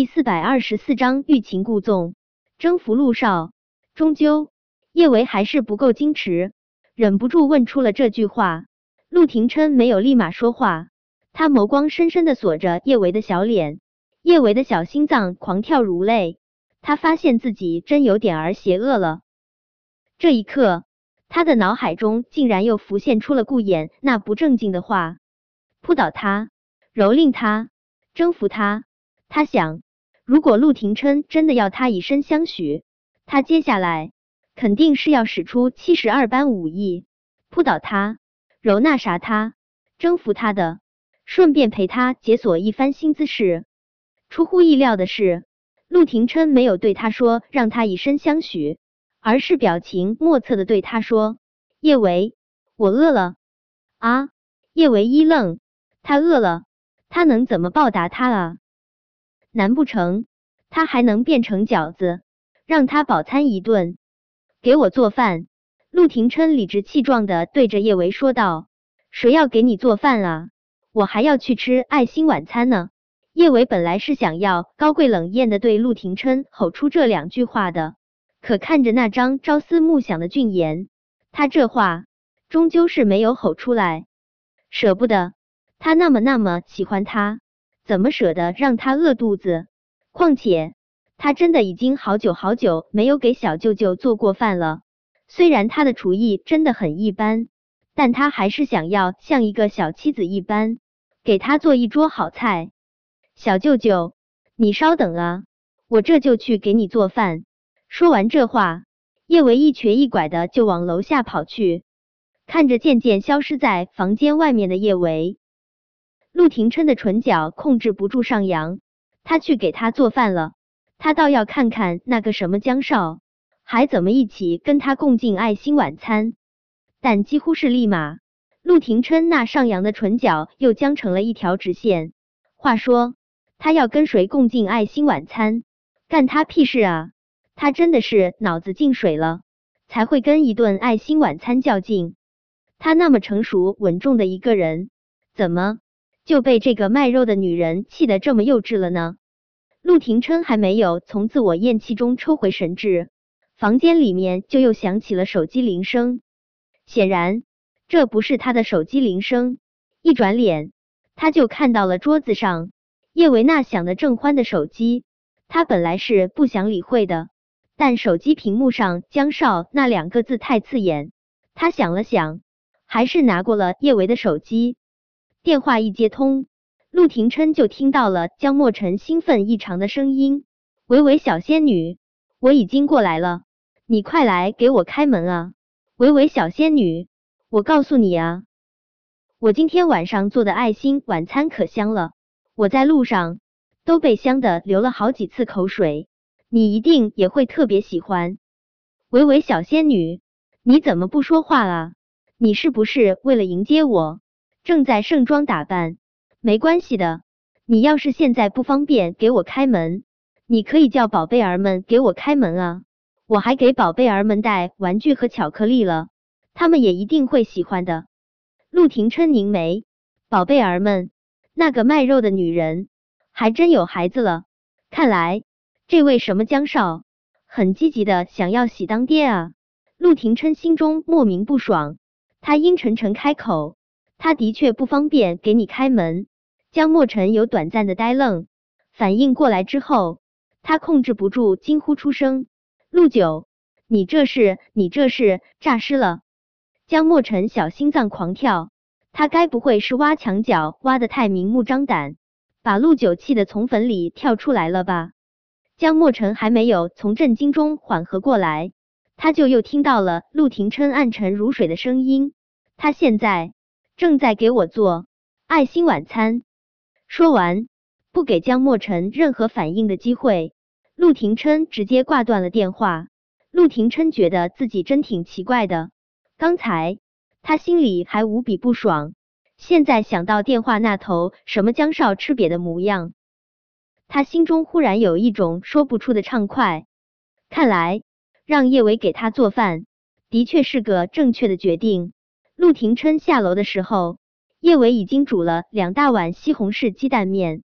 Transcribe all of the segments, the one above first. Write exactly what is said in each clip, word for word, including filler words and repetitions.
第四百二十四章欲擒故纵，征服陆少。终究，叶维还是不够矜持，忍不住问出了这句话。陆廷琛没有立马说话，他眸光深深地锁着叶维的小脸，叶维的小心脏狂跳如泪，他发现自己真有点儿邪恶了。这一刻，他的脑海中竟然又浮现出了顾衍那不正经的话：扑倒他，蹂躏他，征服他。他想，如果陆廷琛真的要他以身相许，他接下来肯定是要使出七十二般武艺，扑倒他，揉那啥他，征服他的，顺便陪他解锁一番新姿势。出乎意料的是，陆廷琛没有对他说让他以身相许，而是表情莫测的对他说：叶维，我饿了。啊！叶维一愣，他饿了，他能怎么报答他啊？难不成他还能变成饺子，让他饱餐一顿？给我做饭！陆廷琛理直气壮的对着叶维说道：谁要给你做饭啊？我还要去吃爱心晚餐呢。叶维本来是想要高贵冷艳的对陆廷琛吼出这两句话的，可看着那张朝思暮想的俊颜，他这话终究是没有吼出来。舍不得，他那么那么喜欢他，怎么舍得让他饿肚子？况且他真的已经好久好久没有给小舅舅做过饭了。虽然他的厨艺真的很一般，但他还是想要像一个小妻子一般，给他做一桌好菜。小舅舅，你稍等啊，我这就去给你做饭。说完这话，叶维一瘸一拐的就往楼下跑去。看着渐渐消失在房间外面的叶维，陆廷琛的唇角控制不住上扬，他去给他做饭了，他倒要看看那个什么江少还怎么一起跟他共进爱心晚餐。但几乎是立马，陆廷琛那上扬的唇角又僵成了一条直线。话说，他要跟谁共进爱心晚餐？干他屁事啊！他真的是脑子进水了，才会跟一顿爱心晚餐较劲。他那么成熟稳重的一个人，怎么就被这个卖肉的女人气得这么幼稚了呢？陆廷琛还没有从自我厌弃中抽回神智，房间里面就又响起了手机铃声。显然，这不是他的手机铃声。一转脸，他就看到了桌子上叶维那响得正欢的手机。他本来是不想理会的，但手机屏幕上江少那两个字太刺眼，他想了想，还是拿过了叶维的手机。电话一接通，陆廷琛就听到了江墨尘兴奋异常的声音：维维小仙女，我已经过来了，你快来给我开门啊！维维小仙女，我告诉你啊，我今天晚上做的爱心晚餐可香了，我在路上都被香的流了好几次口水，你一定也会特别喜欢。维维小仙女，你怎么不说话啊？你是不是为了迎接我，正在盛装打扮？没关系的，你要是现在不方便给我开门，你可以叫宝贝儿们给我开门啊。我还给宝贝儿们带玩具和巧克力了，他们也一定会喜欢的。陆廷琛凝眉，宝贝儿们，那个卖肉的女人还真有孩子了，看来这位什么江少很积极的想要喜当爹啊。陆廷琛心中莫名不爽，他阴沉沉开口，他的确不方便给你开门。江墨尘有短暂的呆愣，反应过来之后，他控制不住惊呼出声：陆九，你这是你这是诈尸了！江墨尘小心脏狂跳，他该不会是挖墙脚挖得太明目张胆，把陆九气得从坟里跳出来了吧？江墨尘还没有从震惊中缓和过来，他就又听到了陆廷琛暗沉如水的声音：他现在正在给我做爱心晚餐。说完，不给江墨尘任何反应的机会，陆廷琛直接挂断了电话。陆廷琛觉得自己真挺奇怪的，刚才他心里还无比不爽，现在想到电话那头什么江少吃瘪的模样，他心中忽然有一种说不出的畅快。看来让叶维给他做饭的确是个正确的决定。陆廷琛下楼的时候，叶维已经煮了两大碗西红柿鸡蛋面，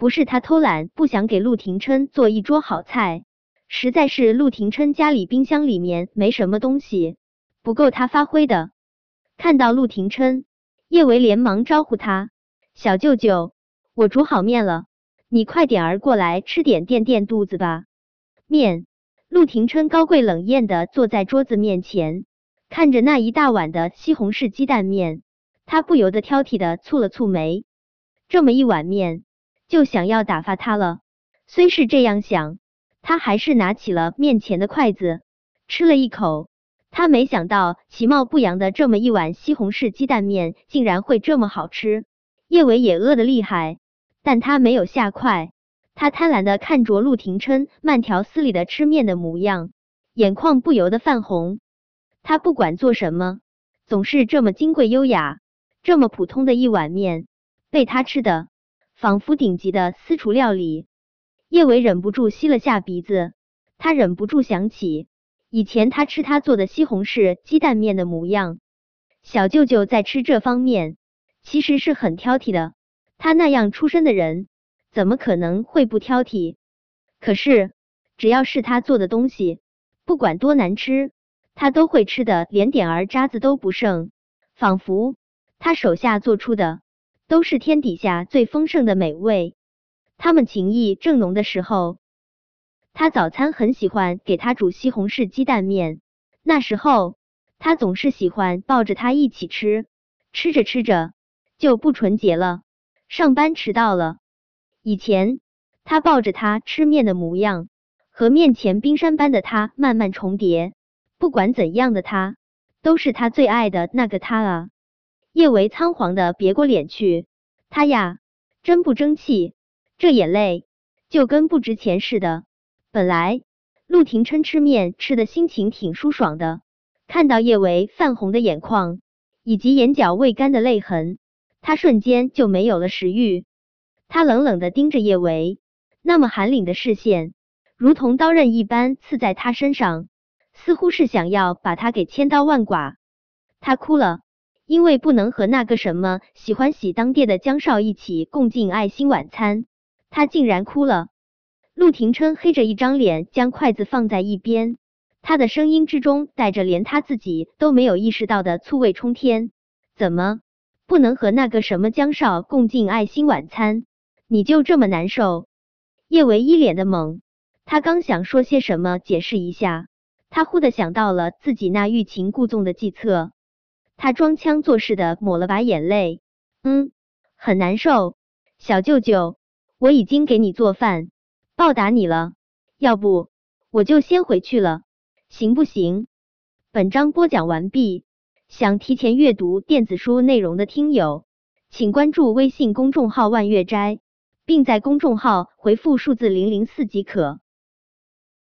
不是他偷懒不想给陆廷琛做一桌好菜，实在是陆廷琛家里冰箱里面没什么东西，不够他发挥的。看到陆廷琛，叶维连忙招呼他：小舅舅，我煮好面了，你快点儿过来吃点垫垫肚子吧。面。陆廷琛高贵冷艳的坐在桌子面前，看着那一大碗的西红柿鸡蛋面，他不由得挑剔的蹙了蹙眉。这么一碗面，就想要打发他了。虽是这样想，他还是拿起了面前的筷子，吃了一口。他没想到其貌不扬的这么一碗西红柿鸡蛋面竟然会这么好吃。叶维也饿得厉害，但他没有下筷。他贪婪的看着陆廷琛慢条斯理的吃面的模样，眼眶不由得泛红。他不管做什么，总是这么金贵优雅，这么普通的一碗面，被他吃的仿佛顶级的私厨料理。叶维忍不住吸了下鼻子，他忍不住想起以前他吃他做的西红柿鸡蛋面的模样。小舅舅在吃这方面其实是很挑剔的，他那样出身的人怎么可能会不挑剔？可是只要是他做的东西，不管多难吃，他都会吃的连点儿渣子都不剩，仿佛他手下做出的都是天底下最丰盛的美味。他们情谊正浓的时候，他早餐很喜欢给他煮西红柿鸡蛋面，那时候他总是喜欢抱着他一起吃，吃着吃着就不纯洁了。上班迟到了，以前他抱着他吃面的模样，和面前冰山般的他慢慢重叠。不管怎样的他，都是他最爱的那个他啊。叶维仓皇的别过脸去，他呀，真不争气，这眼泪就跟不值钱似的。本来陆廷琛吃面吃的心情挺舒爽的，看到叶维泛红的眼眶以及眼角未干的泪痕，他瞬间就没有了食欲。他冷冷的盯着叶维，那么寒冷的视线如同刀刃一般刺在他身上，似乎是想要把他给千刀万剐。他哭了，因为不能和那个什么喜欢喜当爹的江少一起共进爱心晚餐，他竟然哭了。陆廷琛黑着一张脸将筷子放在一边，他的声音之中带着连他自己都没有意识到的醋味冲天。怎么不能和那个什么江少共进爱心晚餐？你就这么难受？叶维一脸的懵，他刚想说些什么解释一下，他忽地想到了自己那欲擒故纵的计策。他装腔作势的抹了把眼泪，嗯，很难受。小舅舅，我已经给你做饭，报答你了，要不我就先回去了，行不行？本章播讲完毕。想提前阅读电子书内容的听友，请关注微信公众号万月斋，并在公众号回复数字零零四即可。